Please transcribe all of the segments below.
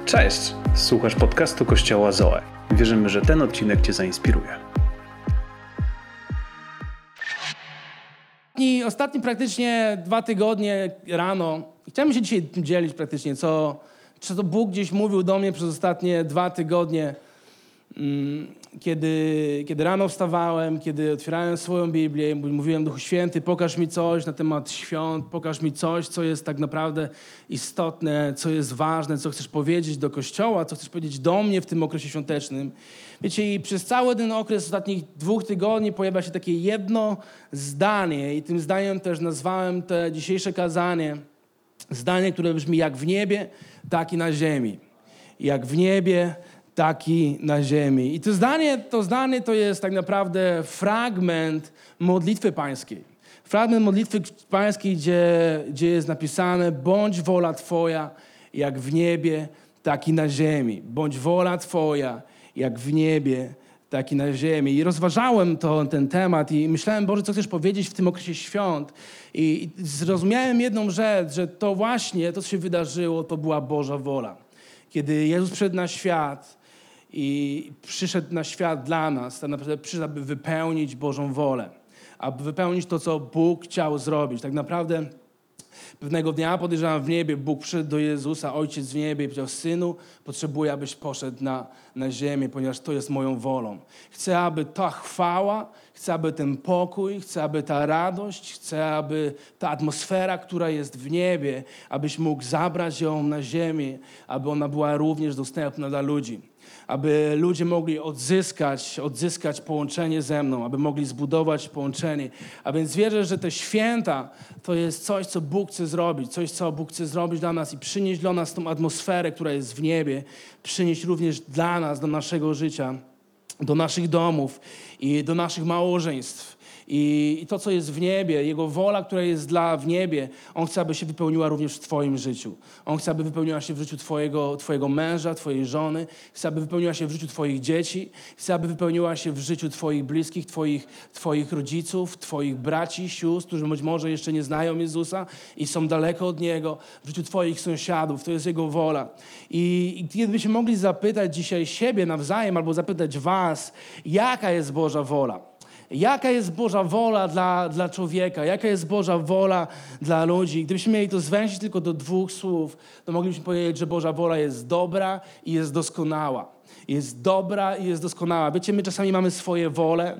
Cześć! Słuchasz podcastu Kościoła Zoe. Wierzymy, że ten odcinek Cię zainspiruje. Ostatni praktycznie 2 tygodnie rano, chciałem się dzisiaj tym dzielić praktycznie, co to Bóg gdzieś mówił do mnie przez ostatnie 2 tygodnie, kiedy rano wstawałem, kiedy otwierałem swoją Biblię, mówiłem Duchu Święty, pokaż mi coś na temat świąt, pokaż mi coś, co jest tak naprawdę istotne, co jest ważne, co chcesz powiedzieć do Kościoła, co chcesz powiedzieć do mnie w tym okresie świątecznym. Wiecie, i przez cały ten okres ostatnich 2 tygodni pojawia się takie jedno zdanie i tym zdaniem też nazwałem to dzisiejsze kazanie. Zdanie, które brzmi jak w niebie, tak i na ziemi. Jak w niebie, tak i na ziemi. I to zdanie to jest tak naprawdę fragment modlitwy pańskiej. Fragment modlitwy pańskiej, gdzie jest napisane: bądź wola Twoja, jak w niebie, tak i na ziemi. Bądź wola Twoja, jak w niebie, tak i na ziemi. I rozważałem ten temat i myślałem, Boże, co chcesz powiedzieć w tym okresie świąt. I zrozumiałem jedną rzecz, że to właśnie, to co się wydarzyło, to była Boża wola. Kiedy Jezus przyszedł na świat i przyszedł na świat dla nas, tak naprawdę przyszedł, aby wypełnić Bożą wolę, aby wypełnić to, co Bóg chciał zrobić. Tak naprawdę pewnego dnia, podejrzewam, w niebie Bóg przyszedł do Jezusa, Ojciec w niebie, i powiedział: Synu, potrzebuję, abyś poszedł na ziemię, ponieważ to jest moją wolą. Chcę, aby ta chwała, chcę, aby ten pokój, chcę, aby ta radość, chcę, aby ta atmosfera, która jest w niebie, abyś mógł zabrać ją na ziemię, aby ona była również dostępna dla ludzi. Aby ludzie mogli odzyskać połączenie ze mną, aby mogli zbudować połączenie. A więc wierzę, że te święta to jest coś, co Bóg chce zrobić, coś, co Bóg chce zrobić dla nas i przynieść dla nas tą atmosferę, która jest w niebie, przynieść również dla nas, do naszego życia, do naszych domów i do naszych małżeństw. I to, co jest w niebie, Jego wola, która jest w niebie, On chce, aby się wypełniła również w Twoim życiu. On chce, aby wypełniła się w życiu Twojego męża, Twojej żony. Chce, aby wypełniła się w życiu Twoich dzieci. Chce, aby wypełniła się w życiu Twoich bliskich, Twoich rodziców, Twoich braci, sióstr, którzy być może jeszcze nie znają Jezusa i są daleko od Niego. W życiu Twoich sąsiadów. To jest Jego wola. I gdybyśmy mogli zapytać dzisiaj siebie nawzajem albo zapytać Was, jaka jest Boża wola? Jaka jest Boża wola dla człowieka? Jaka jest Boża wola dla ludzi? Gdybyśmy mieli to zwęzić tylko do 2 słów, to moglibyśmy powiedzieć, że Boża wola jest dobra i jest doskonała. Jest dobra i jest doskonała. Wiecie, my czasami mamy swoje wole,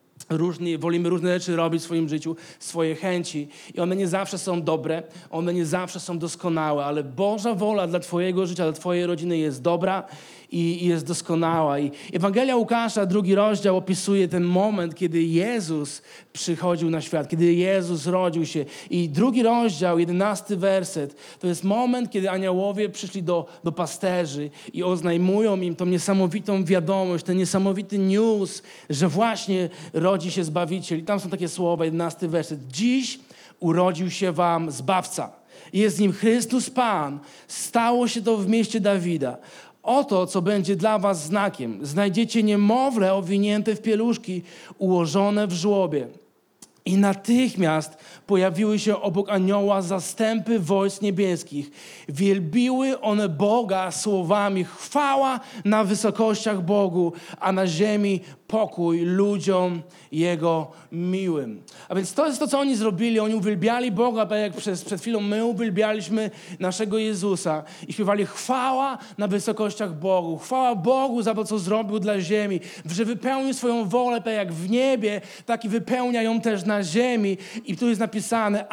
wolimy różne rzeczy robić w swoim życiu, swoje chęci i one nie zawsze są dobre, one nie zawsze są doskonałe, ale Boża wola dla Twojego życia, dla Twojej rodziny jest dobra i jest doskonała. I Ewangelia Łukasza, 2 rozdział, opisuje ten moment, kiedy Jezus przychodził na świat, kiedy Jezus rodził się. I 2 rozdział, 11 werset, to jest moment, kiedy aniołowie przyszli do pasterzy i oznajmują im tą niesamowitą wiadomość, ten niesamowity news, że właśnie rodzi się Zbawiciel. I tam są takie słowa, 11 werset. Dziś urodził się wam Zbawca. Jest nim Chrystus Pan. Stało się to w mieście Dawida. Oto, co będzie dla was znakiem. Znajdziecie niemowlę owinięte w pieluszki, ułożone w żłobie. I natychmiast pojawiły się obok anioła zastępy wojsk niebieskich. Wielbiły one Boga słowami: chwała na wysokościach Bogu, a na ziemi pokój ludziom Jego miłym. A więc to jest to, co oni zrobili. Oni uwielbiali Boga, tak jak przed chwilą my uwielbialiśmy naszego Jezusa i śpiewali chwała na wysokościach Bogu. Chwała Bogu za to, co zrobił dla ziemi, że wypełnił swoją wolę, tak jak w niebie, tak i wypełnia ją też na ziemi. I tu jest napisane,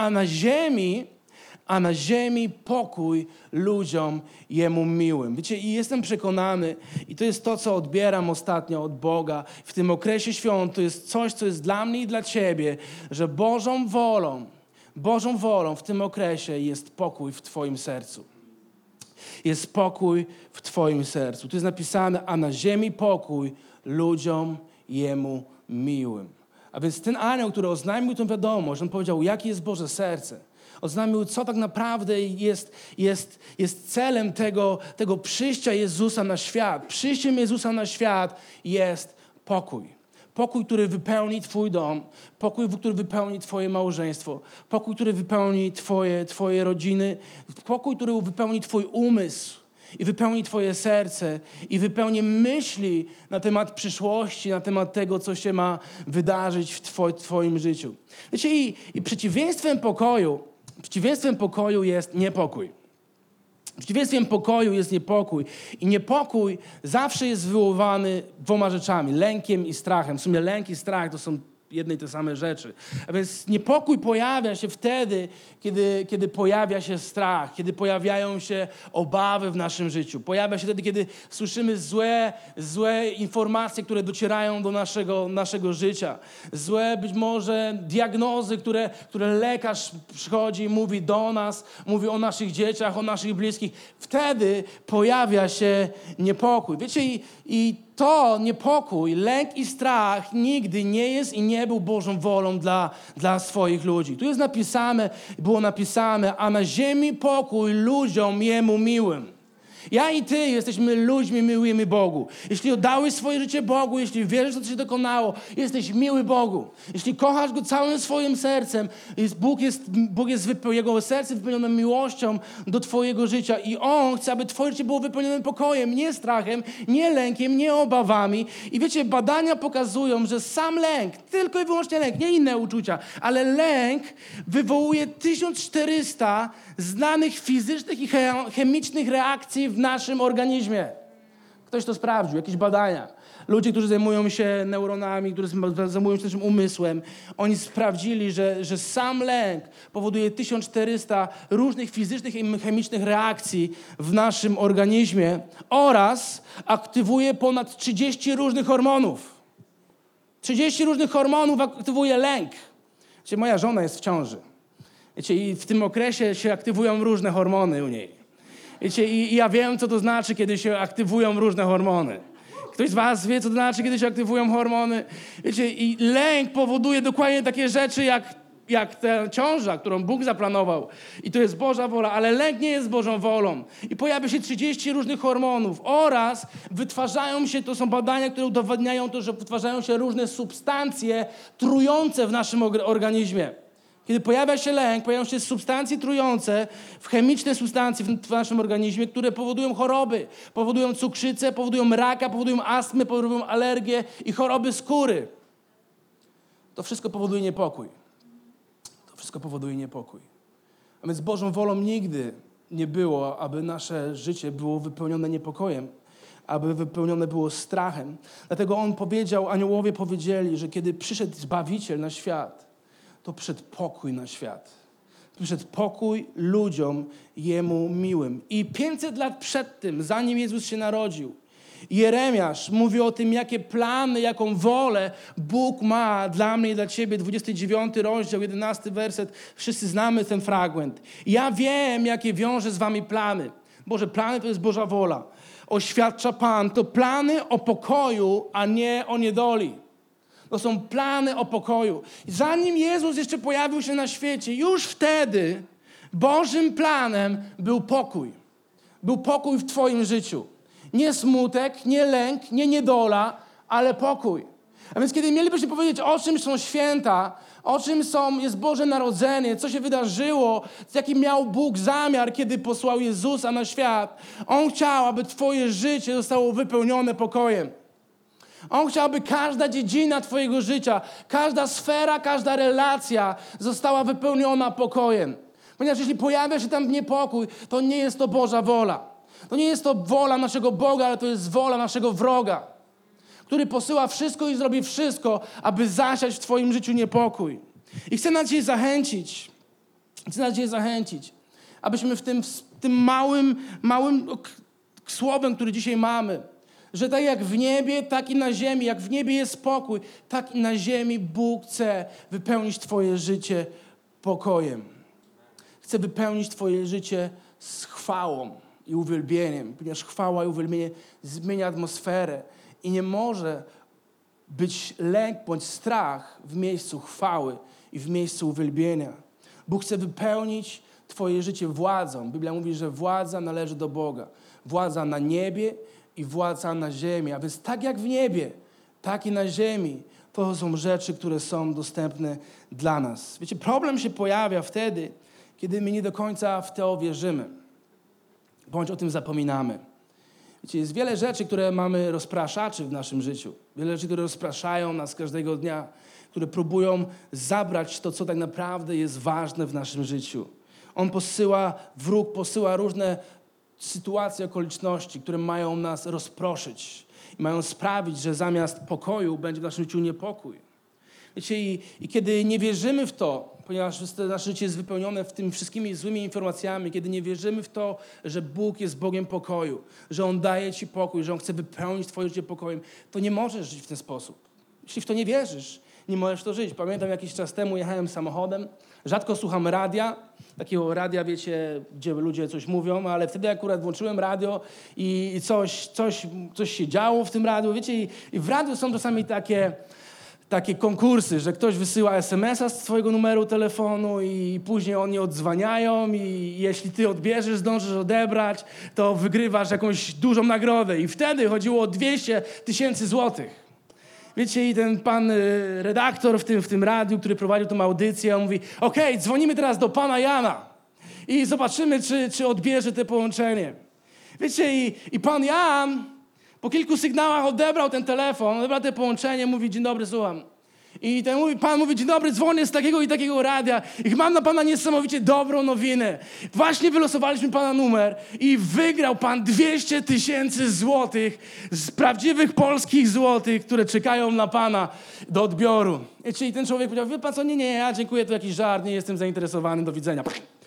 a na ziemi pokój ludziom Jemu miłym. Wiecie, i jestem przekonany, i to jest to, co odbieram ostatnio od Boga w tym okresie świąt, to jest coś, co jest dla mnie i dla Ciebie, że Bożą wolą w tym okresie jest pokój w Twoim sercu. Jest pokój w Twoim sercu. Tu jest napisane, a na ziemi pokój ludziom Jemu miłym. A więc ten anioł, który oznajmił tę wiadomość, on powiedział, jakie jest Boże serce. Oznajmił, co tak naprawdę jest celem tego przyjścia Jezusa na świat. Przyjściem Jezusa na świat jest pokój. Pokój, który wypełni Twój dom. Pokój, który wypełni Twoje małżeństwo. Pokój, który wypełni Twoje rodziny. Pokój, który wypełni Twój umysł. i wypełni twoje serce i wypełni myśli na temat przyszłości, na temat tego, co się ma wydarzyć w twoim życiu. Wiecie, i przeciwieństwem pokoju jest niepokój. Przeciwieństwem pokoju jest niepokój. I niepokój zawsze jest wywoływany dwoma rzeczami. Lękiem i strachem. W sumie lęk i strach to są jedne i te same rzeczy. A więc niepokój pojawia się wtedy, kiedy pojawia się strach, kiedy pojawiają się obawy w naszym życiu. Pojawia się wtedy, kiedy słyszymy złe informacje, które docierają do naszego życia. Złe być może diagnozy, które lekarz przychodzi i mówi do nas, mówi o naszych dzieciach, o naszych bliskich. Wtedy pojawia się niepokój. Wiecie, i to niepokój, lęk i strach nigdy nie jest i nie był Bożą wolą dla swoich ludzi. Tu jest było napisane, a na ziemi pokój ludziom Jemu miłym. Ja i ty jesteśmy ludźmi miłymi Bogu. Jeśli oddałeś swoje życie Bogu, jeśli wierzysz, że to się dokonało, jesteś miły Bogu. Jeśli kochasz Go całym swoim sercem, Jego serce wypełnione miłością do twojego życia i On chce, aby twoje życie było wypełnione pokojem, nie strachem, nie lękiem, nie obawami. I wiecie, badania pokazują, że sam lęk, tylko i wyłącznie lęk, nie inne uczucia, ale lęk wywołuje 1400 znanych fizycznych i chemicznych reakcji w naszym organizmie. Ktoś to sprawdził, jakieś badania. Ludzie, którzy zajmują się neuronami, którzy zajmują się naszym umysłem, oni sprawdzili, że sam lęk powoduje 1400 różnych fizycznych i chemicznych reakcji w naszym organizmie oraz aktywuje ponad 30 różnych hormonów. 30 różnych hormonów aktywuje lęk. Wiecie, moja żona jest w ciąży. Wiecie, i w tym okresie się aktywują różne hormony u niej. Wiecie, i ja wiem, co to znaczy, kiedy się aktywują różne hormony. Ktoś z was wie, co to znaczy, kiedy się aktywują hormony? Wiecie, i lęk powoduje dokładnie takie rzeczy, jak ta ciąża, którą Bóg zaplanował. I to jest Boża wola, ale lęk nie jest Bożą wolą. I pojawia się 30 różnych hormonów oraz wytwarzają się, to są badania, które udowadniają to, że wytwarzają się różne substancje trujące w naszym organizmie. Kiedy pojawia się lęk, pojawiają się substancje trujące, chemiczne substancje w naszym organizmie, które powodują choroby, powodują cukrzycę, powodują raka, powodują astmę, powodują alergie i choroby skóry. To wszystko powoduje niepokój. To wszystko powoduje niepokój. A więc Bożą wolą nigdy nie było, aby nasze życie było wypełnione niepokojem, aby wypełnione było strachem. Dlatego On powiedział, aniołowie powiedzieli, że kiedy przyszedł Zbawiciel na świat, to przyszedł pokój na świat. Przyszedł pokój ludziom Jemu miłym. I 500 lat przed tym, zanim Jezus się narodził, Jeremiasz mówi o tym, jakie plany, jaką wolę Bóg ma dla mnie i dla ciebie. 29 rozdział, 11 werset. Wszyscy znamy ten fragment. Ja wiem, jakie wiąże z wami plany. Boże, plany to jest Boża wola. Oświadcza Pan, to plany o pokoju, a nie o niedoli. To są plany o pokoju. Zanim Jezus jeszcze pojawił się na świecie, już wtedy Bożym planem był pokój. Był pokój w twoim życiu. Nie smutek, nie lęk, nie niedola, ale pokój. A więc kiedy mielibyśmy powiedzieć, o czym są święta, o czym jest Boże Narodzenie, co się wydarzyło, jaki miał Bóg zamiar, kiedy posłał Jezusa na świat, On chciał, aby twoje życie zostało wypełnione pokojem. On chciał, aby każda dziedzina twojego życia, każda sfera, każda relacja została wypełniona pokojem. Ponieważ jeśli pojawia się tam niepokój, to nie jest to Boża wola. To nie jest to wola naszego Boga, ale to jest wola naszego wroga, który posyła wszystko i zrobi wszystko, aby zasiać w twoim życiu niepokój. I chcę nas dzisiaj zachęcić, abyśmy w tym małym słowem, który dzisiaj mamy, że tak jak w niebie, tak i na ziemi, jak w niebie jest spokój, tak i na ziemi Bóg chce wypełnić twoje życie pokojem. Chce wypełnić twoje życie z chwałą i uwielbieniem, ponieważ chwała i uwielbienie zmienia atmosferę i nie może być lęk bądź strach w miejscu chwały i w miejscu uwielbienia. Bóg chce wypełnić twoje życie władzą. Biblia mówi, że władza należy do Boga. Władza na niebie i władza na ziemi. A więc tak jak w niebie, tak i na ziemi, to są rzeczy, które są dostępne dla nas. Wiecie, problem się pojawia wtedy, kiedy my nie do końca w to wierzymy. bądź o tym zapominamy. Wiecie, jest wiele rzeczy, które mamy rozpraszaczy w naszym życiu. Wiele rzeczy, które rozpraszają nas każdego dnia, które próbują zabrać to, co tak naprawdę jest ważne w naszym życiu. Wróg posyła różne sytuacje, okoliczności, które mają nas rozproszyć i mają sprawić, że zamiast pokoju będzie w naszym życiu niepokój. Wiecie, i kiedy nie wierzymy w to, ponieważ nasze życie jest wypełnione tym wszystkimi złymi informacjami, kiedy nie wierzymy w to, że Bóg jest Bogiem pokoju, że On daje ci pokój, że On chce wypełnić twoje życie pokojem, to nie możesz żyć w ten sposób. Jeśli w to nie wierzysz, nie możesz w to żyć. Pamiętam, jakiś czas temu jechałem samochodem, rzadko słucham radia, takiego radia, wiecie, gdzie ludzie coś mówią, ale wtedy akurat włączyłem radio i coś się działo w tym radiu, wiecie, i w radiu są czasami takie konkursy, że ktoś wysyła SMS-a z swojego numeru telefonu i później oni odzwaniają i jeśli ty odbierzesz, zdążysz odebrać, to wygrywasz jakąś dużą nagrodę. I wtedy chodziło o 200 000 złotych. Wiecie, i ten pan redaktor w tym radiu, który prowadził tę audycję, on mówi: okej, dzwonimy teraz do pana Jana i zobaczymy, czy odbierze to połączenie. Wiecie, i pan Jan po kilku sygnałach odebrał ten telefon, odebrał to połączenie, mówi: dzień dobry, słucham. I pan mówi: dzień dobry, dzwonię z takiego i takiego radia i mam na pana niesamowicie dobrą nowinę. Właśnie wylosowaliśmy pana numer i wygrał pan 200 000 złotych z prawdziwych polskich złotych, które czekają na pana do odbioru. Czyli ten człowiek powiedział: wie pan co, nie, ja dziękuję, to jakiś żart, nie jestem zainteresowany, do widzenia.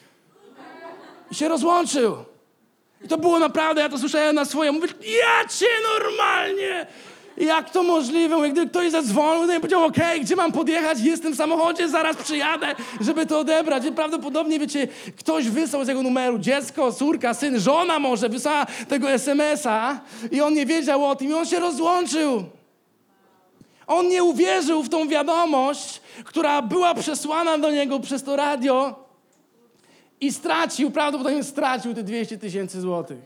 I się rozłączył. I to było naprawdę, ja to słyszałem na swoje, mówię: ja cię normalnie! Jak to możliwe? Gdy ktoś zadzwonił, to ja powiedział: okej, gdzie mam podjechać? Jestem w samochodzie, zaraz przyjadę, żeby to odebrać. I prawdopodobnie, wiecie, ktoś wysłał z jego numeru, dziecko, córka, syn, żona może wysłała tego SMS-a i on nie wiedział o tym i on się rozłączył. On nie uwierzył w tą wiadomość, która była przesłana do niego przez to radio i prawdopodobnie stracił te 200 000 złotych.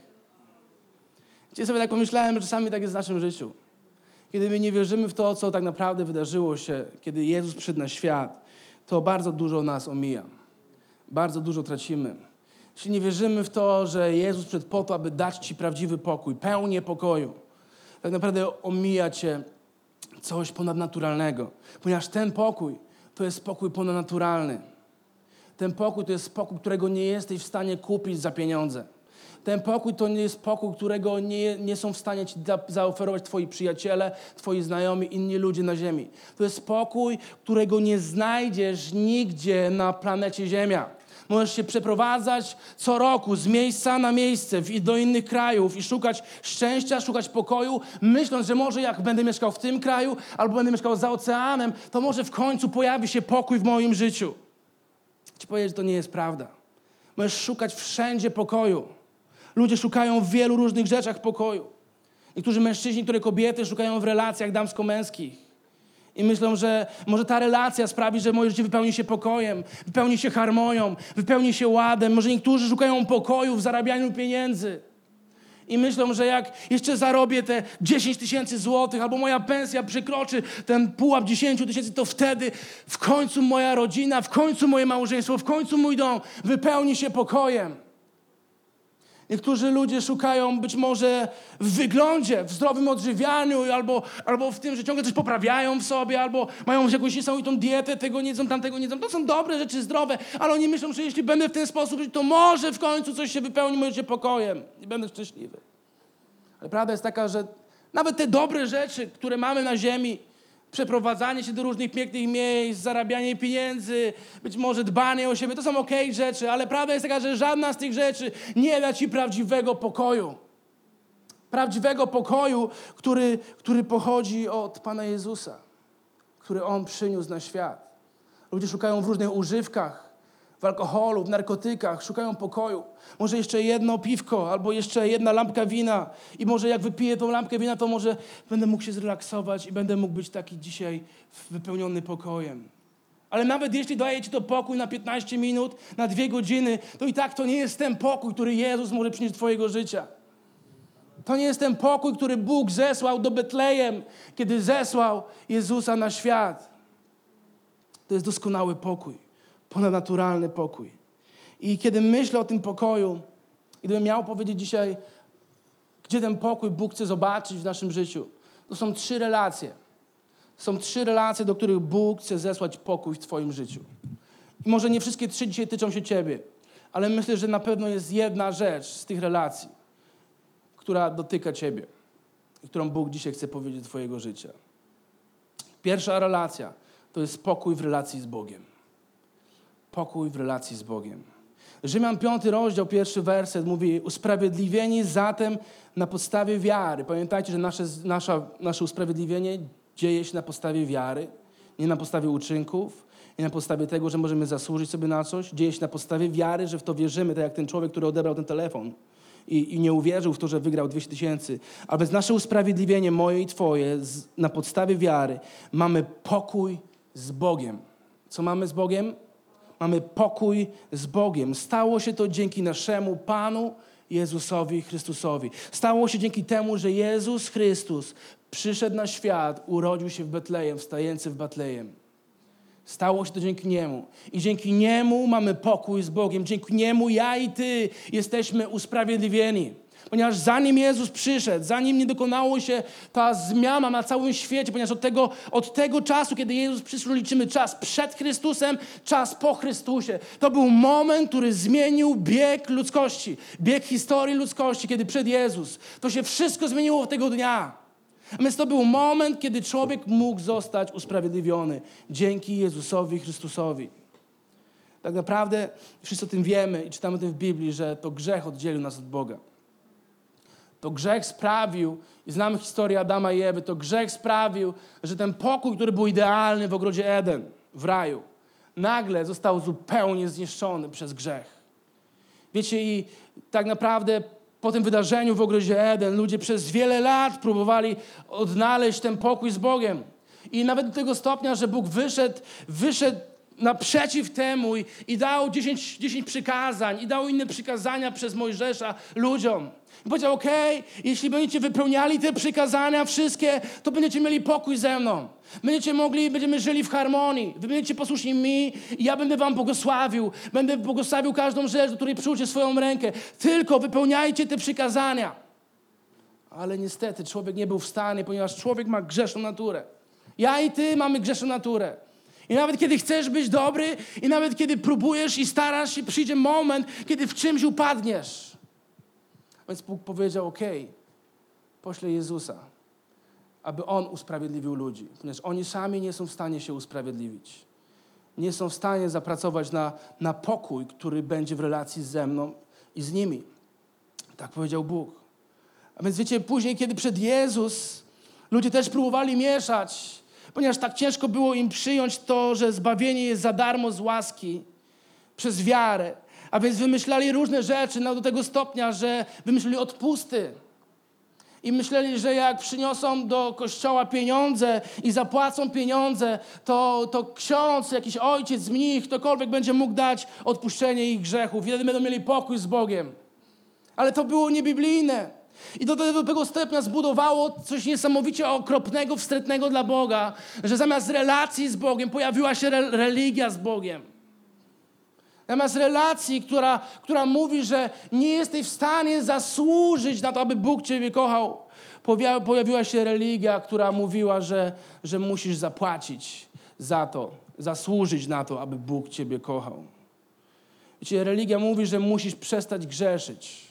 Dzisiaj sobie tak pomyślałem, że czasami tak jest w naszym życiu. Kiedy my nie wierzymy w to, co tak naprawdę wydarzyło się, kiedy Jezus przyszedł na świat, to bardzo dużo nas omija. Bardzo dużo tracimy. Jeśli nie wierzymy w to, że Jezus przyszedł po to, aby dać ci prawdziwy pokój, pełnię pokoju, tak naprawdę omija cię coś ponadnaturalnego. Ponieważ ten pokój to jest pokój ponadnaturalny. Ten pokój to jest pokój, którego nie jesteś w stanie kupić za pieniądze. Ten pokój to nie jest pokój, którego nie są w stanie ci zaoferować twoi przyjaciele, twoi znajomi, inni ludzie na ziemi. To jest pokój, którego nie znajdziesz nigdzie na planecie Ziemia. Możesz się przeprowadzać co roku z miejsca na miejsce do innych krajów i szukać szczęścia, szukać pokoju, myśląc, że może jak będę mieszkał w tym kraju albo będę mieszkał za oceanem, to może w końcu pojawi się pokój w moim życiu. Chcę ci powiedzieć, że to nie jest prawda. Możesz szukać wszędzie pokoju. Ludzie szukają w wielu różnych rzeczach pokoju. Niektórzy mężczyźni, niektóre kobiety szukają w relacjach damsko-męskich. I myślą, że może ta relacja sprawi, że moje życie wypełni się pokojem, wypełni się harmonią, wypełni się ładem. Może niektórzy szukają pokoju w zarabianiu pieniędzy. I myślą, że jak jeszcze zarobię te 10 000 złotych, albo moja pensja przekroczy ten pułap 10 000, to wtedy w końcu moja rodzina, w końcu moje małżeństwo, w końcu mój dom wypełni się pokojem. Niektórzy ludzie szukają być może w wyglądzie, w zdrowym odżywianiu albo w tym, że ciągle coś poprawiają w sobie, albo mają jakąś niesamowitą dietę, tego nie jedzą, tamtego nie jedzą. To są dobre rzeczy, zdrowe, ale oni myślą, że jeśli będę w ten sposób żyć, to może w końcu coś się wypełni, moje życie pokojem i będę szczęśliwy. Ale prawda jest taka, że nawet te dobre rzeczy, które mamy na ziemi, przeprowadzanie się do różnych pięknych miejsc, zarabianie pieniędzy, być może dbanie o siebie, to są okej rzeczy, ale prawda jest taka, że żadna z tych rzeczy nie da ci prawdziwego pokoju. Prawdziwego pokoju, który pochodzi od Pana Jezusa, który On przyniósł na świat. Ludzie szukają w różnych używkach, w alkoholu, w narkotykach, szukają pokoju. Może jeszcze jedno piwko, albo jeszcze jedna lampka wina. I może jak wypiję tą lampkę wina, to może będę mógł się zrelaksować i będę mógł być taki dzisiaj wypełniony pokojem. Ale nawet jeśli daje ci to pokój na 15 minut, na 2 godziny, to i tak to nie jest ten pokój, który Jezus może przynieść do twojego życia. To nie jest ten pokój, który Bóg zesłał do Betlejem, kiedy zesłał Jezusa na świat. To jest doskonały pokój. Ponadnaturalny pokój. I kiedy myślę o tym pokoju, Gdybym miał powiedzieć dzisiaj, gdzie ten pokój Bóg chce zobaczyć w naszym życiu, to są 3 relacje. Są 3 relacje, do których Bóg chce zesłać pokój w twoim życiu. I może nie wszystkie 3 dzisiaj tyczą się ciebie, ale myślę, że na pewno jest jedna rzecz z tych relacji, która dotyka ciebie i którą Bóg dzisiaj chce powiedzieć do twojego życia. Pierwsza relacja to jest pokój w relacji z Bogiem. Pokój w relacji z Bogiem. Rzymian 5 rozdział, 1 werset mówi: usprawiedliwieni zatem na podstawie wiary. Pamiętajcie, że nasze usprawiedliwienie dzieje się na podstawie wiary, nie na podstawie uczynków, nie na podstawie tego, że możemy zasłużyć sobie na coś. Dzieje się na podstawie wiary, że w to wierzymy, tak jak ten człowiek, który odebrał ten telefon i nie uwierzył w to, że wygrał 200 000. A więc nasze usprawiedliwienie, moje i twoje, na podstawie wiary, mamy pokój z Bogiem. Co mamy z Bogiem? Mamy pokój z Bogiem. Stało się to dzięki naszemu Panu Jezusowi Chrystusowi. Stało się dzięki temu, że Jezus Chrystus przyszedł na świat, urodził się w Betlejem, w stajence w Betlejem. Stało się to dzięki Niemu. I dzięki Niemu mamy pokój z Bogiem. Dzięki Niemu ja i ty jesteśmy usprawiedliwieni. Ponieważ zanim Jezus przyszedł, zanim nie dokonało się ta zmiana na całym świecie, ponieważ od tego czasu, kiedy Jezus przyszedł, liczymy czas przed Chrystusem, czas po Chrystusie. To był moment, który zmienił bieg ludzkości, bieg historii ludzkości, kiedy przed Jezus. To się wszystko zmieniło od tego dnia. A więc to był moment, kiedy człowiek mógł zostać usprawiedliwiony dzięki Jezusowi Chrystusowi. Tak naprawdę wszyscy o tym wiemy i czytamy o tym w Biblii, że to grzech oddzielił nas od Boga. To grzech sprawił, i znamy historię Adama i Ewy, to grzech sprawił, że ten pokój, który był idealny w ogrodzie Eden, w raju, nagle został zupełnie zniszczony przez grzech. Wiecie, i tak naprawdę po tym wydarzeniu w ogrodzie Eden ludzie przez wiele lat próbowali odnaleźć ten pokój z Bogiem. I nawet do tego stopnia, że Bóg wyszedł naprzeciw temu i dał 10 przykazań i dał inne przykazania przez Mojżesza ludziom. I powiedział: okej, jeśli będziecie wypełniali te przykazania wszystkie, to będziecie mieli pokój ze mną. Będziemy żyli w harmonii. Wy będziecie posłuszni mi i ja będę wam błogosławił. Będę błogosławił każdą rzecz, do której przyłożycie swoją rękę. Tylko wypełniajcie te przykazania. Ale niestety człowiek nie był w stanie, ponieważ człowiek ma grzeszną naturę. Ja i ty mamy grzeszną naturę. I nawet kiedy chcesz być dobry, i nawet kiedy próbujesz i starasz się, przyjdzie moment, kiedy w czymś upadniesz. Więc Bóg powiedział: okej, poślę Jezusa, aby On usprawiedliwił ludzi. Ponieważ oni sami nie są w stanie się usprawiedliwić. Nie są w stanie zapracować na pokój, który będzie w relacji ze mną i z nimi. Tak powiedział Bóg. A więc wiecie, później, kiedy przyszedł Jezus, ludzie też próbowali mieszać, ponieważ tak ciężko było im przyjąć to, że zbawienie jest za darmo z łaski, przez wiarę. A więc wymyślali różne rzeczy do tego stopnia, że wymyślili odpusty. I myśleli, że jak przyniosą do kościoła pieniądze i zapłacą pieniądze, to ksiądz, jakiś ojciec, mnich, ktokolwiek będzie mógł dać odpuszczenie ich grzechów. I wtedy będą mieli pokój z Bogiem. Ale to było niebiblijne. I do tego stopnia zbudowało coś niesamowicie okropnego, wstrętnego dla Boga, że zamiast relacji z Bogiem pojawiła się religia z Bogiem. Zamiast relacji, która mówi, że nie jesteś w stanie zasłużyć na to, aby Bóg ciebie kochał, pojawiła się religia, która mówiła, że musisz zapłacić za to, zasłużyć na to, aby Bóg ciebie kochał. Wiecie, religia mówi, że musisz przestać grzeszyć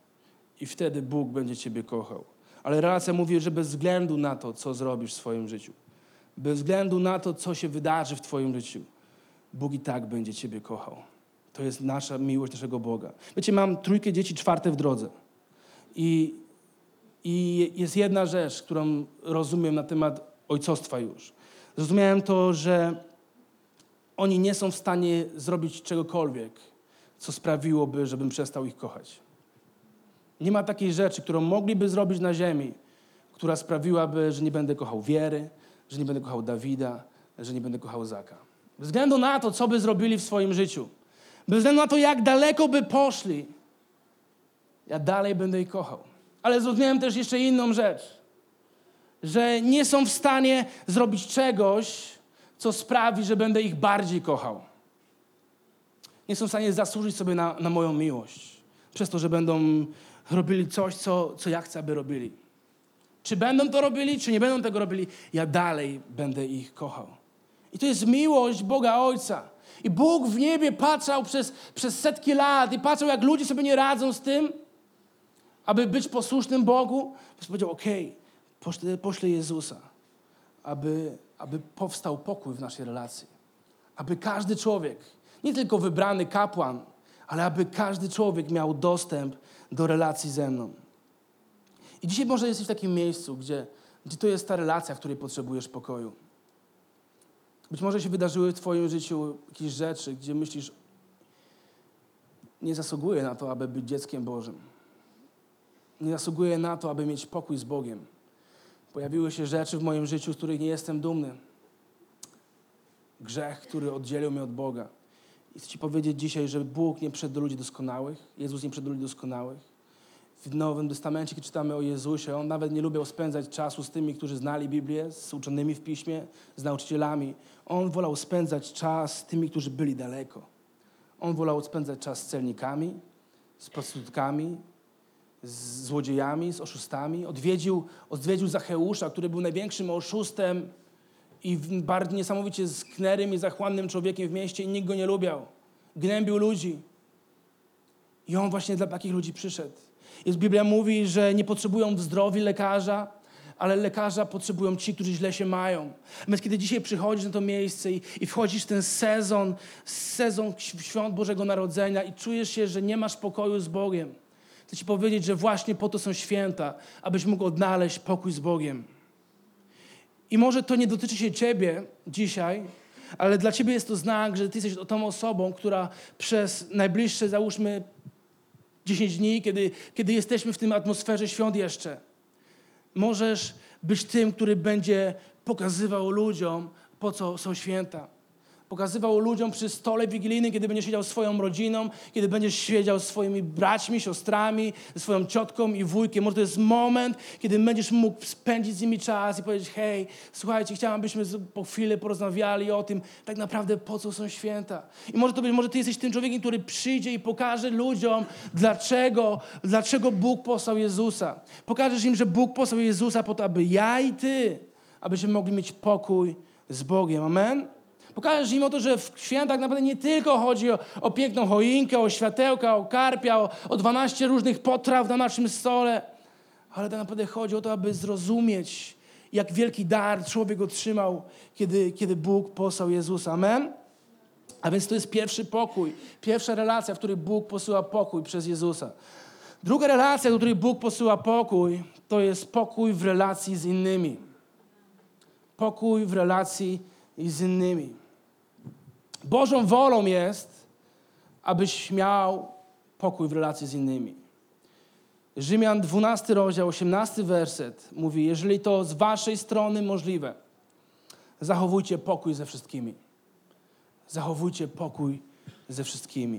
i wtedy Bóg będzie ciebie kochał. Ale relacja mówi, że bez względu na to, co zrobisz w swoim życiu, bez względu na to, co się wydarzy w twoim życiu, Bóg i tak będzie ciebie kochał. To jest nasza miłość naszego Boga. Wiecie, mam 3 dzieci, 4 w drodze. I jest jedna rzecz, którą rozumiem na temat ojcostwa już. Zrozumiałem to, że oni nie są w stanie zrobić czegokolwiek, co sprawiłoby, żebym przestał ich kochać. Nie ma takiej rzeczy, którą mogliby zrobić na ziemi, która sprawiłaby, że nie będę kochał Wiery, że nie będę kochał Dawida, że nie będę kochał Zaka. Bez względu na to, co by zrobili w swoim życiu, bez względu na to, jak daleko by poszli, ja dalej będę ich kochał. Ale zrozumiałem też jeszcze inną rzecz, że nie są w stanie zrobić czegoś, co sprawi, że będę ich bardziej kochał. Nie są w stanie zasłużyć sobie na moją miłość. przez to, że będą robili coś, co ja chcę, aby robili. Czy będą to robili, czy nie będą tego robili, ja dalej będę ich kochał. I to jest miłość Boga Ojca. I Bóg w niebie patrzał przez setki lat i patrzał, jak ludzie sobie nie radzą z tym, aby być posłusznym Bogu. Więc powiedział, okej, poślę Jezusa, aby powstał pokój w naszej relacji. Aby każdy człowiek, nie tylko wybrany kapłan, ale aby każdy człowiek miał dostęp do relacji ze mną. I dzisiaj może jesteś w takim miejscu, gdzie to jest ta relacja, w której potrzebujesz pokoju. Być może się wydarzyły w twoim życiu jakieś rzeczy, gdzie myślisz, nie zasługuję na to, aby być dzieckiem Bożym. Nie zasługuję na to, aby mieć pokój z Bogiem. Pojawiły się rzeczy w moim życiu, z których nie jestem dumny. Grzech, który oddzielił mnie od Boga. I chcę ci powiedzieć dzisiaj, że Bóg nie przyszedł do ludzi doskonałych. Jezus nie przyszedł do ludzi doskonałych. W Nowym Testamencie, kiedy czytamy o Jezusie, On nawet nie lubił spędzać czasu z tymi, którzy znali Biblię, z uczonymi w Piśmie, z nauczycielami. On wolał spędzać czas z tymi, którzy byli daleko. On wolał spędzać czas z celnikami, z prostytutkami, z złodziejami, z oszustami. Odwiedził Zacheusza, który był największym oszustem i bardzo niesamowicie sknerym i zachłannym człowiekiem w mieście i nikt go nie lubiał. Gnębił ludzi. I on właśnie dla takich ludzi przyszedł. Biblia mówi, że nie potrzebują zdrowi lekarza, ale lekarza potrzebują ci, którzy źle się mają. Więc kiedy dzisiaj przychodzisz na to miejsce i wchodzisz w ten sezon świąt Bożego Narodzenia i czujesz się, że nie masz pokoju z Bogiem, chcę ci powiedzieć, że właśnie po to są święta, abyś mógł odnaleźć pokój z Bogiem. I może to nie dotyczy się ciebie dzisiaj, ale dla ciebie jest to znak, że ty jesteś tą osobą, która przez najbliższe, załóżmy, 10 dni, kiedy jesteśmy w tym atmosferze świąt jeszcze, możesz być tym, który będzie pokazywał ludziom, po co są święta. Pokazywał ludziom przy stole wigilijnym, kiedy będziesz siedział z swoją rodziną, kiedy będziesz siedział z swoimi braćmi, siostrami, ze swoją ciotką i wujkiem. Może to jest moment, kiedy będziesz mógł spędzić z nimi czas i powiedzieć, hej, słuchajcie, chciałam, abyśmy po chwilę porozmawiali o tym, tak naprawdę po co są święta. I może ty jesteś tym człowiekiem, który przyjdzie i pokaże ludziom, dlaczego Bóg posłał Jezusa. Pokażesz im, że Bóg posłał Jezusa po to, aby ja i ty, abyśmy mogli mieć pokój z Bogiem. Amen? Pokażesz im o to, że w świętach naprawdę nie tylko chodzi o piękną choinkę, o światełka, o karpia, o 12 różnych potraw na naszym stole, ale tak naprawdę chodzi o to, aby zrozumieć, jak wielki dar człowiek otrzymał, kiedy Bóg posłał Jezusa. Amen? A więc to jest pierwszy pokój, pierwsza relacja, w której Bóg posyła pokój przez Jezusa. Druga relacja, do której Bóg posyła pokój, to jest pokój w relacji z innymi. Pokój w relacji z innymi. Bożą wolą jest, abyś miał pokój w relacji z innymi. Rzymian 12 rozdział, 18 werset mówi, jeżeli to z waszej strony możliwe, zachowujcie pokój ze wszystkimi. Zachowujcie pokój ze wszystkimi.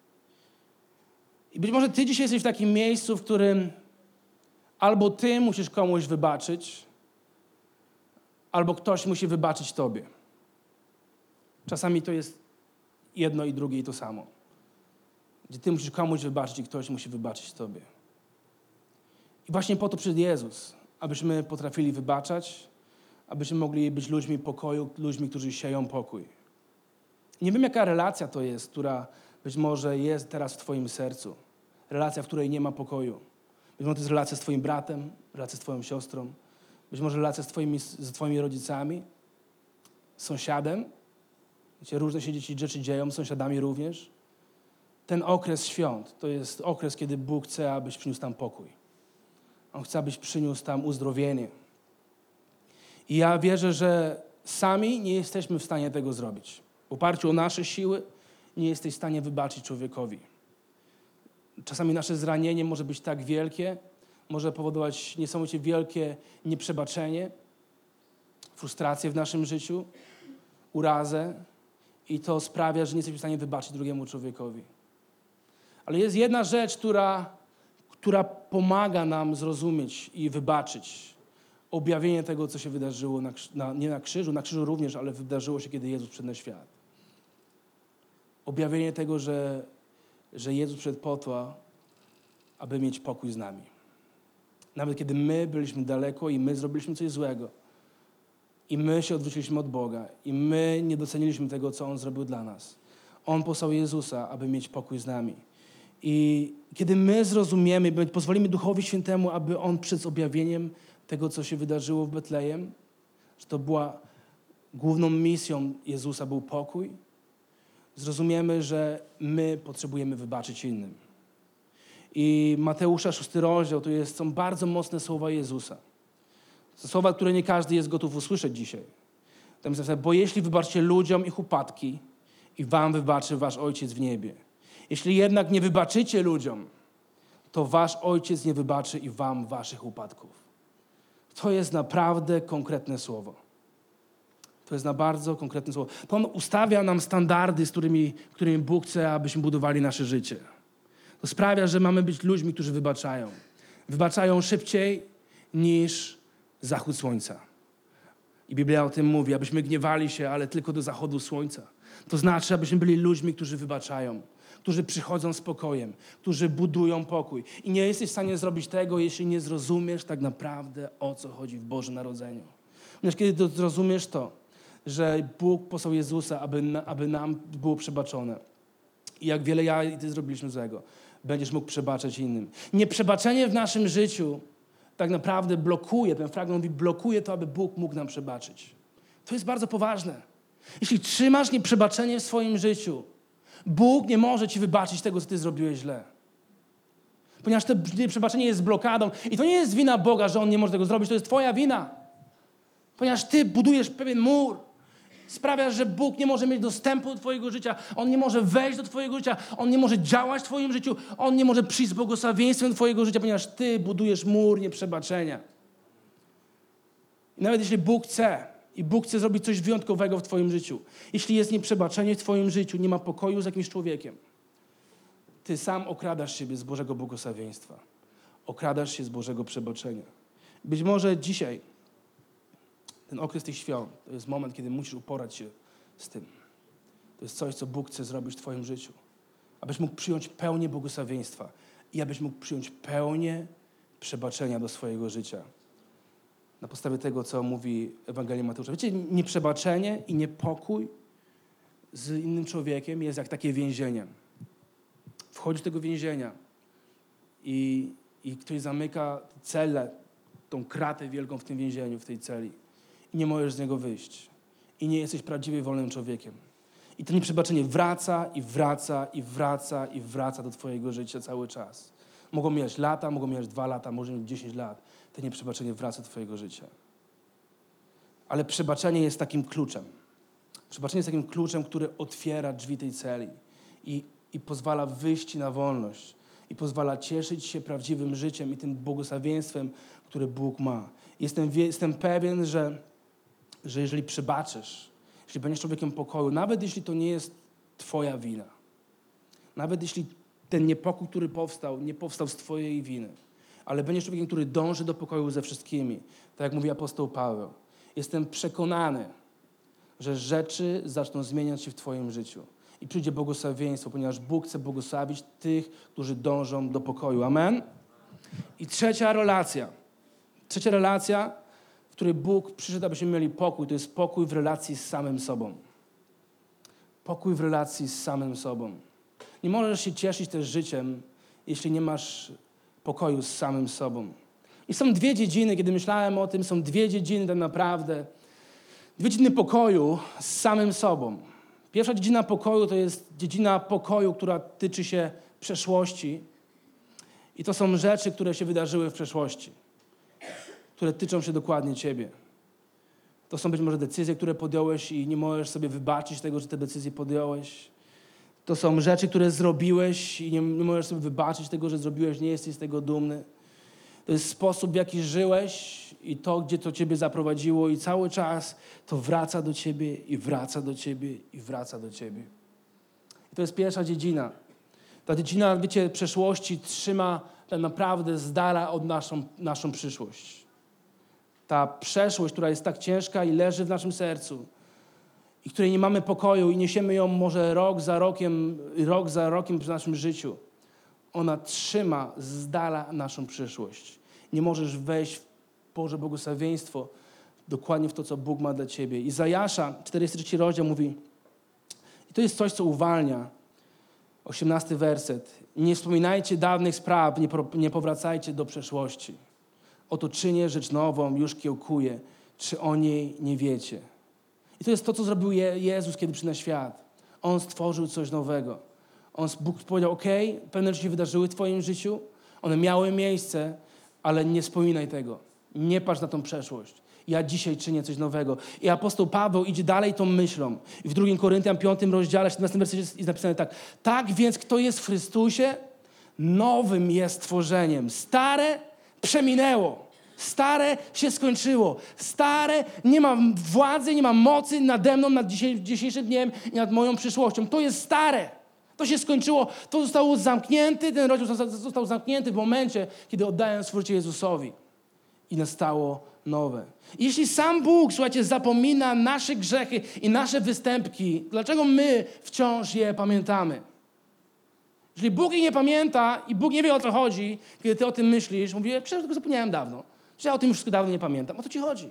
I być może ty dzisiaj jesteś w takim miejscu, w którym albo ty musisz komuś wybaczyć, albo ktoś musi wybaczyć tobie. Czasami to jest jedno i drugie i to samo. Gdzie ty musisz komuś wybaczyć i ktoś musi wybaczyć tobie. I właśnie po to przyszedł Jezus, abyśmy potrafili wybaczać, abyśmy mogli być ludźmi pokoju, ludźmi, którzy sieją pokój. Nie wiem, jaka relacja to jest, która być może jest teraz w twoim sercu. Relacja, w której nie ma pokoju. Być może to jest relacja z twoim bratem, relacja z twoją siostrą, być może relacja z twoimi rodzicami, z sąsiadem, gdzie różne się rzeczy dzieją, z sąsiadami również. Ten okres świąt to jest okres, kiedy Bóg chce, abyś przyniósł tam pokój. On chce, abyś przyniósł tam uzdrowienie. I ja wierzę, że sami nie jesteśmy w stanie tego zrobić. W oparciu o nasze siły nie jesteś w stanie wybaczyć człowiekowi. Czasami nasze zranienie może być tak wielkie, może powodować niesamowicie wielkie nieprzebaczenie, frustrację w naszym życiu, urazę i to sprawia, że nie jesteśmy w stanie wybaczyć drugiemu człowiekowi. Ale jest jedna rzecz, która pomaga nam zrozumieć i wybaczyć objawienie tego, co się wydarzyło nie na krzyżu również, ale wydarzyło się, kiedy Jezus przyszedł na świat. Objawienie tego, że Jezus przyszedł po to, aby mieć pokój z nami. Nawet kiedy my byliśmy daleko i my zrobiliśmy coś złego. I my się odwróciliśmy od Boga. I my nie doceniliśmy tego, co On zrobił dla nas. On posłał Jezusa, aby mieć pokój z nami. I kiedy my zrozumiemy, pozwolimy Duchowi Świętemu, aby On przed objawieniem tego, co się wydarzyło w Betlejem, że to była główną misją Jezusa był pokój, zrozumiemy, że my potrzebujemy wybaczyć innym. I Mateusza 6 rozdział są bardzo mocne słowa Jezusa. To słowa, które nie każdy jest gotów usłyszeć dzisiaj. Tam jest napisane, bo jeśli wybaczycie ludziom ich upadki i wam wybaczy wasz Ojciec w niebie. Jeśli jednak nie wybaczycie ludziom, to wasz Ojciec nie wybaczy i wam waszych upadków. To jest naprawdę konkretne słowo. To jest na bardzo konkretne słowo. To On ustawia nam standardy, którymi Bóg chce, abyśmy budowali nasze życie. To sprawia, że mamy być ludźmi, którzy wybaczają. Wybaczają szybciej niż zachód słońca. I Biblia o tym mówi, abyśmy gniewali się, ale tylko do zachodu słońca. To znaczy, abyśmy byli ludźmi, którzy wybaczają, którzy przychodzą z pokojem, którzy budują pokój. I nie jesteś w stanie zrobić tego, jeśli nie zrozumiesz tak naprawdę, o co chodzi w Bożym Narodzeniu. Ponieważ kiedy zrozumiesz to, że Bóg posłał Jezusa, aby nam było przebaczone. I jak wiele ja i ty zrobiliśmy złego, będziesz mógł przebaczać innym. Nieprzebaczenie w naszym życiu tak naprawdę blokuje, ten fragment mówi, blokuje to, aby Bóg mógł nam przebaczyć. To jest bardzo poważne. Jeśli trzymasz nieprzebaczenie w swoim życiu, Bóg nie może ci wybaczyć tego, co ty zrobiłeś źle. Ponieważ to nieprzebaczenie jest blokadą. I to nie jest wina Boga, że On nie może tego zrobić, to jest twoja wina. Ponieważ ty budujesz pewien mur. Sprawiasz, że Bóg nie może mieć dostępu do twojego życia. On nie może wejść do twojego życia. On nie może działać w twoim życiu. On nie może przyjść z błogosławieństwem do twojego życia, ponieważ ty budujesz mur nieprzebaczenia. I nawet jeśli Bóg chce i Bóg chce zrobić coś wyjątkowego w twoim życiu, jeśli jest nieprzebaczenie w twoim życiu, nie ma pokoju z jakimś człowiekiem, ty sam okradasz siebie z Bożego błogosławieństwa. Okradasz się z Bożego przebaczenia. Być może dzisiaj ten okres tych świąt to jest moment, kiedy musisz uporać się z tym. To jest coś, co Bóg chce zrobić w twoim życiu. Abyś mógł przyjąć pełnię błogosławieństwa i abyś mógł przyjąć pełnię przebaczenia do swojego życia. Na podstawie tego, co mówi Ewangelia Mateusza. Wiecie, nieprzebaczenie i niepokój z innym człowiekiem jest jak takie więzienie. Wchodzisz do tego więzienia i ktoś zamyka celę, tą kratę wielką w tym więzieniu, w tej celi. I nie możesz z niego wyjść. I nie jesteś prawdziwie wolnym człowiekiem. I to nieprzebaczenie wraca i wraca i wraca i wraca do twojego życia cały czas. Mogą mijać lata, mogą mijać 2 lata, może mieć 10 lat. To nieprzebaczenie wraca do twojego życia. Ale przebaczenie jest takim kluczem. Przebaczenie jest takim kluczem, który otwiera drzwi tej celi i pozwala wyjść na wolność. I pozwala cieszyć się prawdziwym życiem i tym błogosławieństwem, które Bóg ma. Jestem pewien, że jeżeli przebaczysz, jeśli będziesz człowiekiem pokoju, nawet jeśli to nie jest twoja wina, nawet jeśli ten niepokój, który powstał, nie powstał z twojej winy, ale będziesz człowiekiem, który dąży do pokoju ze wszystkimi, tak jak mówi apostoł Paweł, jestem przekonany, że rzeczy zaczną zmieniać się w twoim życiu. I przyjdzie błogosławieństwo, ponieważ Bóg chce błogosławić tych, którzy dążą do pokoju. Amen? I trzecia relacja, w której Bóg przyszedł, abyśmy mieli pokój, to jest pokój w relacji z samym sobą. Pokój w relacji z samym sobą. Nie możesz się cieszyć też życiem, jeśli nie masz pokoju z samym sobą. I są 2 dziedziny, kiedy myślałem o tym, są 2 dziedziny tak naprawdę, 2 dziedziny pokoju z samym sobą. Pierwsza dziedzina pokoju to jest dziedzina pokoju, która tyczy się przeszłości. I to są rzeczy, które się wydarzyły w przeszłości, które tyczą się dokładnie ciebie. To są być może decyzje, które podjąłeś i nie możesz sobie wybaczyć tego, że te decyzje podjąłeś. To są rzeczy, które zrobiłeś i nie możesz sobie wybaczyć tego, że zrobiłeś, nie jesteś z tego dumny. To jest sposób, w jaki żyłeś i to, gdzie to ciebie zaprowadziło i cały czas to wraca do ciebie i wraca do ciebie i wraca do ciebie. I to jest pierwsza dziedzina. Ta dziedzina, wiecie, przeszłości trzyma tak naprawdę z dala od naszą przyszłość. Ta przeszłość, która jest tak ciężka i leży w naszym sercu i której nie mamy pokoju i niesiemy ją może rok za rokiem w naszym życiu. Ona trzyma z dala naszą przyszłość. Nie możesz wejść w Boże błogosławieństwo dokładnie w to, co Bóg ma dla ciebie. Izajasza, 43 rozdział mówi, i to jest coś, co uwalnia, 18 werset. Nie wspominajcie dawnych spraw, nie powracajcie do przeszłości. Oto czynię rzecz nową, już kiełkuję. Czy o niej nie wiecie? I to jest to, co zrobił Jezus, kiedy przyszedł na świat. On stworzył coś nowego. Bóg powiedział, pewne rzeczy się wydarzyły w twoim życiu, one miały miejsce, ale nie wspominaj tego. Nie patrz na tą przeszłość. Ja dzisiaj czynię coś nowego. I apostoł Paweł idzie dalej tą myślą. I w 2 Koryntian 5 rozdziale, 17 wersecie jest napisane tak. Tak więc, kto jest w Chrystusie, nowym jest stworzeniem. Stare przeminęło. Stare się skończyło. Stare nie ma władzy, nie ma mocy nade mną, nad dzisiejszym dniem i nad moją przyszłością. To jest stare. To się skończyło. To zostało zamknięte. Ten rozdział został zamknięty w momencie, kiedy oddałem swoje życie Jezusowi. I nastało nowe. Jeśli sam Bóg, słuchajcie, zapomina nasze grzechy i nasze występki, dlaczego my wciąż je pamiętamy? Jeżeli Bóg ich nie pamięta i Bóg nie wie, o co chodzi, kiedy ty o tym myślisz, mówię, przecież tego zapomniałem dawno. Przecież ja o tym już dawno nie pamiętam. O to ci chodzi.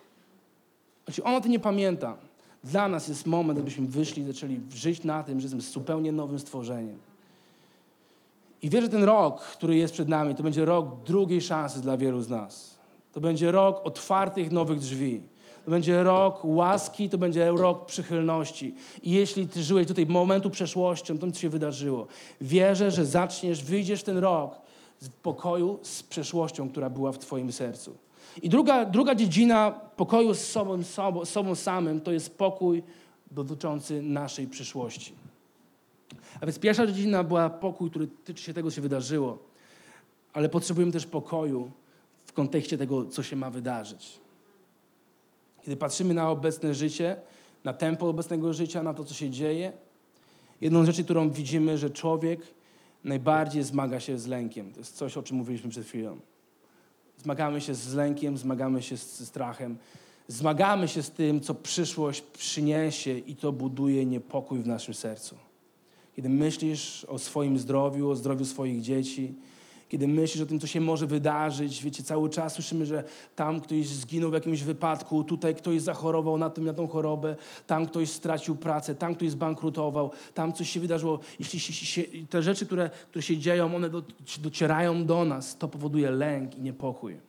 Jeśli on o tym nie pamięta, dla nas jest moment, abyśmy wyszli i zaczęli żyć na tym, że jesteśmy zupełnie nowym stworzeniem. I wierzę, że ten rok, który jest przed nami, to będzie rok drugiej szansy dla wielu z nas. To będzie rok otwartych nowych drzwi. To będzie rok łaski, to będzie rok przychylności. I jeśli ty żyłeś do tej momentu przeszłością, to co się wydarzyło. Wierzę, że wyjdziesz w ten rok w pokoju z przeszłością, która była w twoim sercu. I druga dziedzina pokoju z sobą samym to jest pokój dotyczący naszej przyszłości. A więc pierwsza dziedzina była pokój, który tyczy się tego, co się wydarzyło. Ale potrzebujemy też pokoju w kontekście tego, co się ma wydarzyć. Kiedy patrzymy na obecne życie, na tempo obecnego życia, na to, co się dzieje, jedną z rzeczy, którą widzimy, że człowiek najbardziej zmaga się z lękiem. To jest coś, o czym mówiliśmy przed chwilą. Zmagamy się z lękiem, zmagamy się z strachem, zmagamy się z tym, co przyszłość przyniesie i to buduje niepokój w naszym sercu. Kiedy myślisz o swoim zdrowiu, o zdrowiu swoich dzieci, kiedy myślisz o tym, co się może wydarzyć, wiecie, cały czas słyszymy, że tam ktoś zginął w jakimś wypadku, tutaj ktoś zachorował na tą chorobę, tam ktoś stracił pracę, tam ktoś zbankrutował, tam coś się wydarzyło. Jeśli te rzeczy, które się dzieją, one docierają do nas, to powoduje lęk i niepokój.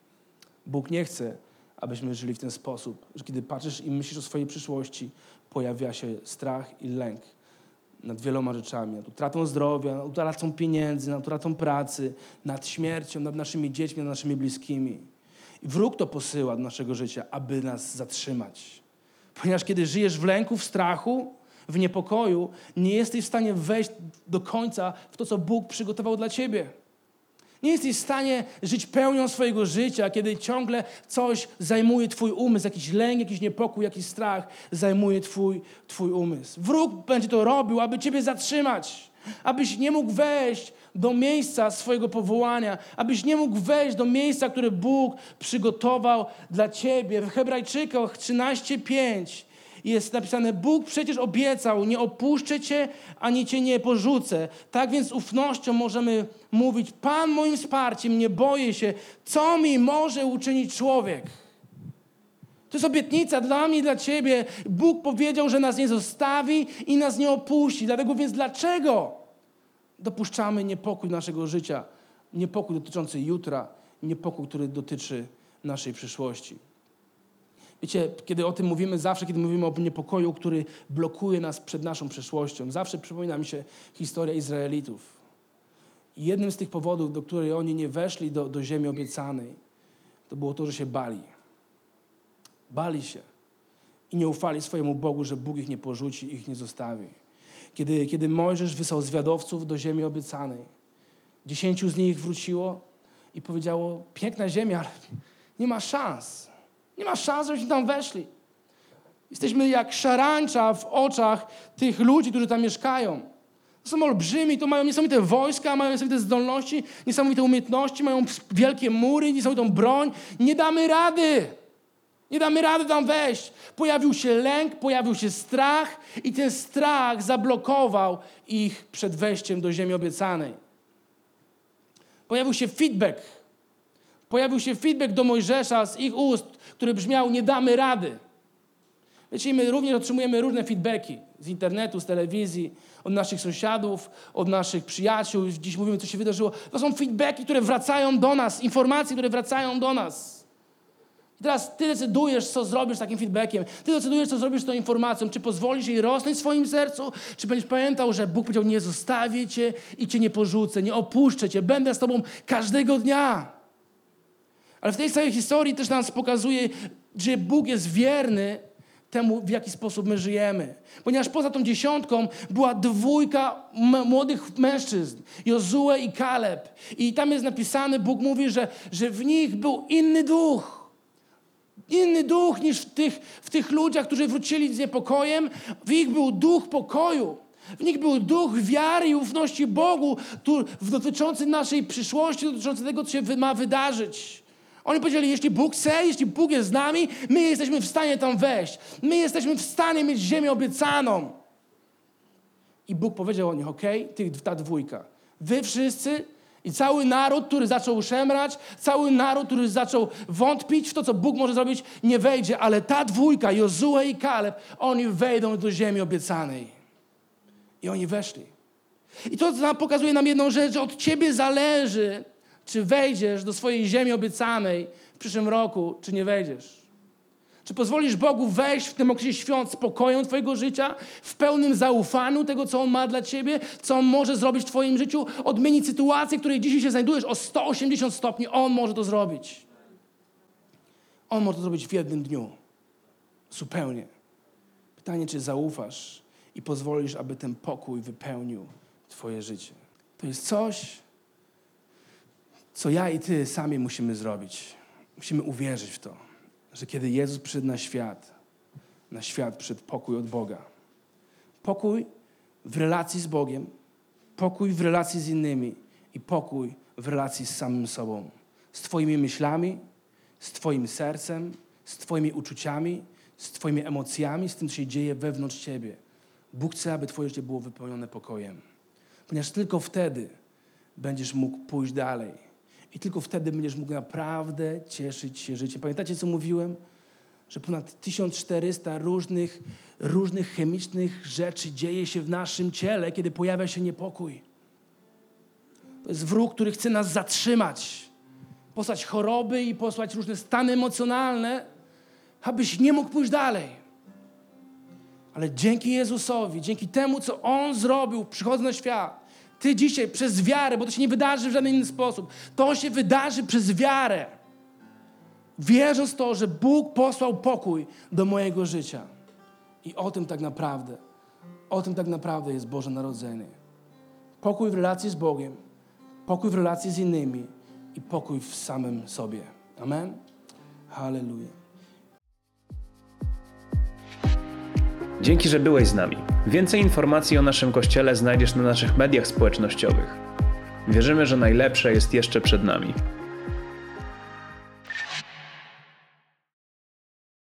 Bóg nie chce, abyśmy żyli w ten sposób, że kiedy patrzysz i myślisz o swojej przyszłości, pojawia się strach i lęk nad wieloma rzeczami, nad utratą zdrowia, nad utratą pieniędzy, nad utratą pracy, nad śmiercią, nad naszymi dziećmi, nad naszymi bliskimi. I wróg to posyła do naszego życia, aby nas zatrzymać. Ponieważ kiedy żyjesz w lęku, w strachu, w niepokoju, nie jesteś w stanie wejść do końca w to, co Bóg przygotował dla ciebie. Nie jesteś w stanie żyć pełnią swojego życia, kiedy ciągle coś zajmuje twój umysł, jakiś lęk, jakiś niepokój, jakiś strach zajmuje twój umysł. Wróg będzie to robił, aby ciebie zatrzymać, abyś nie mógł wejść do miejsca swojego powołania, abyś nie mógł wejść do miejsca, które Bóg przygotował dla ciebie. W Hebrajczykach 13:5 jest napisane, Bóg przecież obiecał, nie opuszczę cię, ani cię nie porzucę. Tak więc z ufnością możemy mówić, Pan moim wsparciem, nie boję się, co mi może uczynić człowiek. To jest obietnica dla mnie i dla ciebie. Bóg powiedział, że nas nie zostawi i nas nie opuści. Dlatego więc dlaczego dopuszczamy niepokój naszego życia? Niepokój dotyczący jutra, niepokój, który dotyczy naszej przyszłości. Wiecie, kiedy o tym mówimy, zawsze kiedy mówimy o niepokoju, który blokuje nas przed naszą przyszłością, zawsze przypomina mi się historia Izraelitów. I jednym z tych powodów, do których oni nie weszli do ziemi obiecanej, to było to, że się bali. Bali się i nie ufali swojemu Bogu, że Bóg ich nie porzuci, ich nie zostawi. Kiedy Mojżesz wysłał zwiadowców do ziemi obiecanej, 10 z nich wróciło i powiedziało, piękna ziemia, ale nie ma szans. Nie ma szans, żebyśmy tam weszli. Jesteśmy jak szarańcza w oczach tych ludzi, którzy tam mieszkają. To są olbrzymi, to mają niesamowite wojska, mają niesamowite zdolności, niesamowite umiejętności, mają wielkie mury, niesamowitą broń. Nie damy rady. Nie damy rady tam wejść. Pojawił się lęk, pojawił się strach i ten strach zablokował ich przed wejściem do ziemi obiecanej. Pojawił się feedback. Pojawił się feedback do Mojżesza z ich ust, który brzmiał: nie damy rady. Wiecie, my również otrzymujemy różne feedbacki z internetu, z telewizji, od naszych sąsiadów, od naszych przyjaciół. Dziś mówimy, co się wydarzyło. To są feedbacki, które wracają do nas, informacje, które wracają do nas. I teraz ty decydujesz, co zrobisz z takim feedbackiem. Ty decydujesz, co zrobisz z tą informacją. Czy pozwolisz jej rosnąć w swoim sercu, czy będziesz pamiętał, że Bóg powiedział: nie zostawię cię i cię nie porzucę, nie opuszczę cię, będę z tobą każdego dnia. Ale w tej całej historii też nas pokazuje, że Bóg jest wierny temu, w jaki sposób my żyjemy. Ponieważ poza tą 10 była 2 młodych mężczyzn, Jozue i Kaleb. I tam jest napisane, Bóg mówi, że w nich był inny duch. Inny duch niż w tych ludziach, którzy wrócili z niepokojem. W nich był duch pokoju. W nich był duch wiary i ufności Bogu dotyczący naszej przyszłości, dotyczący tego, co się ma wydarzyć. Oni powiedzieli: jeśli Bóg chce, jeśli Bóg jest z nami, my jesteśmy w stanie tam wejść. My jesteśmy w stanie mieć ziemię obiecaną. I Bóg powiedział o nich: okej, ta 2. Wy wszyscy i cały naród, który zaczął szemrać, cały naród, który zaczął wątpić w to, co Bóg może zrobić, nie wejdzie. Ale ta 2, Jozue i Kaleb, oni wejdą do ziemi obiecanej. I oni weszli. I to pokazuje nam jedną rzecz, że od ciebie zależy, czy wejdziesz do swojej ziemi obiecanej w przyszłym roku, czy nie wejdziesz. Czy pozwolisz Bogu wejść w tym okresie świąt z pokojem twojego życia, w pełnym zaufaniu tego, co On ma dla ciebie, co On może zrobić w twoim życiu, odmienić sytuację, w której dzisiaj się znajdujesz o 180 stopni. On może to zrobić. On może to zrobić w jednym dniu. Zupełnie. Pytanie, czy zaufasz i pozwolisz, aby ten pokój wypełnił twoje życie. To jest coś, co ja i ty sami musimy zrobić. Musimy uwierzyć w to, że kiedy Jezus przyszedł na świat przyszedł pokój od Boga. Pokój w relacji z Bogiem, pokój w relacji z innymi i pokój w relacji z samym sobą. Z twoimi myślami, z twoim sercem, z twoimi uczuciami, z twoimi emocjami, z tym, co się dzieje wewnątrz ciebie. Bóg chce, aby twoje życie było wypełnione pokojem. Ponieważ tylko wtedy będziesz mógł pójść dalej. I tylko wtedy będziesz mógł naprawdę cieszyć się życiem. Pamiętacie, co mówiłem? Że ponad 1400 różnych chemicznych rzeczy dzieje się w naszym ciele, kiedy pojawia się niepokój. To jest wróg, który chce nas zatrzymać. Posłać choroby i posłać różne stany emocjonalne, abyś nie mógł pójść dalej. Ale dzięki Jezusowi, dzięki temu, co On zrobił, przychodząc na świat, ty dzisiaj przez wiarę, bo to się nie wydarzy w żaden inny sposób, to się wydarzy przez wiarę. Wierząc w to, że Bóg posłał pokój do mojego życia. I o tym tak naprawdę jest Boże Narodzenie. Pokój w relacji z Bogiem, pokój w relacji z innymi i pokój w samym sobie. Amen? Halleluja. Dzięki, że byłeś z nami. Więcej informacji o naszym Kościele znajdziesz na naszych mediach społecznościowych. Wierzymy, że najlepsze jest jeszcze przed nami.